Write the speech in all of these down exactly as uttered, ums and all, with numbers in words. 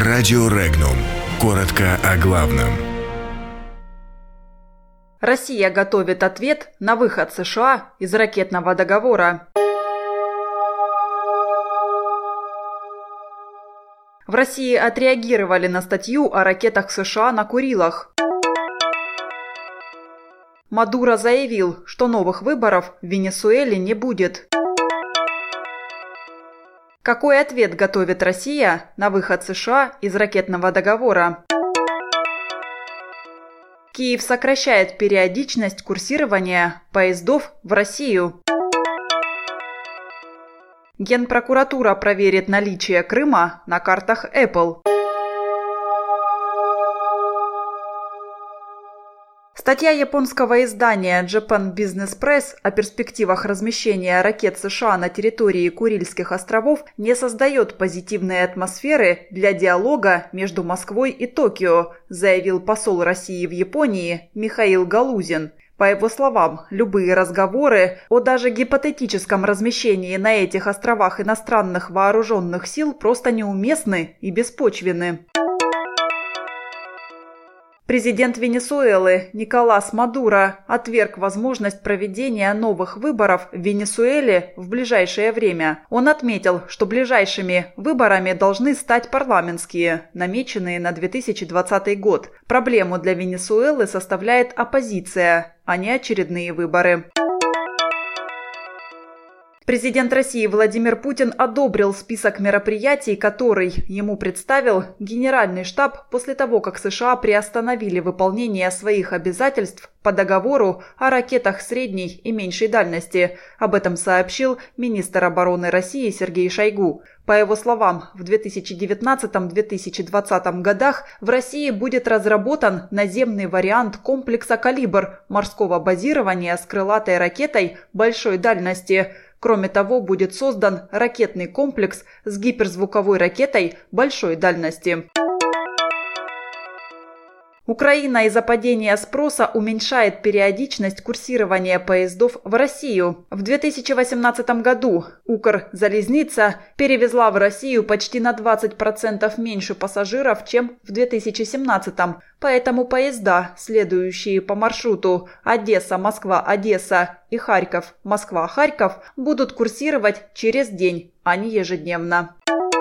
Радио Регнум. Коротко о главном. Россия готовит ответ на выход США из ракетного договора. В России отреагировали на статью о ракетах США на Курилах. Мадуро заявил, что новых выборов в Венесуэле не будет. Какой ответ готовит Россия на выход США из ракетного договора? Киев сокращает периодичность курсирования поездов в Россию. Генпрокуратура проверит наличие Крыма на картах Apple. Статья японского издания Japan Business Press о перспективах размещения ракет США на территории Курильских островов не создает позитивной атмосферы для диалога между Москвой и Токио, заявил посол России в Японии Михаил Галузин. По его словам, любые разговоры о даже гипотетическом размещении на этих островах иностранных вооруженных сил просто неуместны и беспочвенны. Президент Венесуэлы Николас Мадуро отверг возможность проведения новых выборов в Венесуэле в ближайшее время. Он отметил, что ближайшими выборами должны стать парламентские, намеченные на две тысячи двадцатый год. Проблему для Венесуэлы составляет оппозиция, а не очередные выборы. Президент России Владимир Путин одобрил список мероприятий, который ему представил Генеральный штаб после того, как США приостановили выполнение своих обязательств по договору о ракетах средней и меньшей дальности. Об этом сообщил министр обороны России Сергей Шойгу. По его словам, в две тысячи девятнадцатом — две тысячи двадцатом годах в России будет разработан наземный вариант комплекса «Калибр» морского базирования с крылатой ракетой большой дальности. Кроме того, будет создан ракетный комплекс с гиперзвуковой ракетой большой дальности. Украина из-за падения спроса уменьшает периодичность курсирования поездов в Россию. В две тысячи восемнадцатом году Укрзалезница перевезла в Россию почти на двадцать процентов меньше пассажиров, чем в две тысячи семнадцатом. Поэтому поезда, следующие по маршруту Одесса-Москва-Одесса и Харьков-Москва-Харьков, будут курсировать через день, а не ежедневно.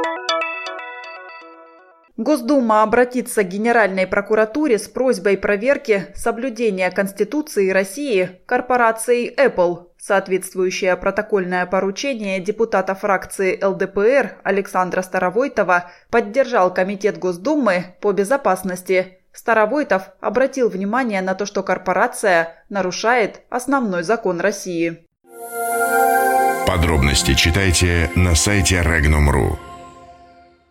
Госдума обратится к Генеральной прокуратуре с просьбой проверки соблюдения Конституции России корпорацией Apple. Соответствующее протокольное поручение депутата фракции эл дэ пэ эр Александра Старовойтова поддержал Комитет Госдумы по безопасности. Старовойтов обратил внимание на то, что корпорация нарушает основной закон России. Подробности читайте на сайте регнум точка ру.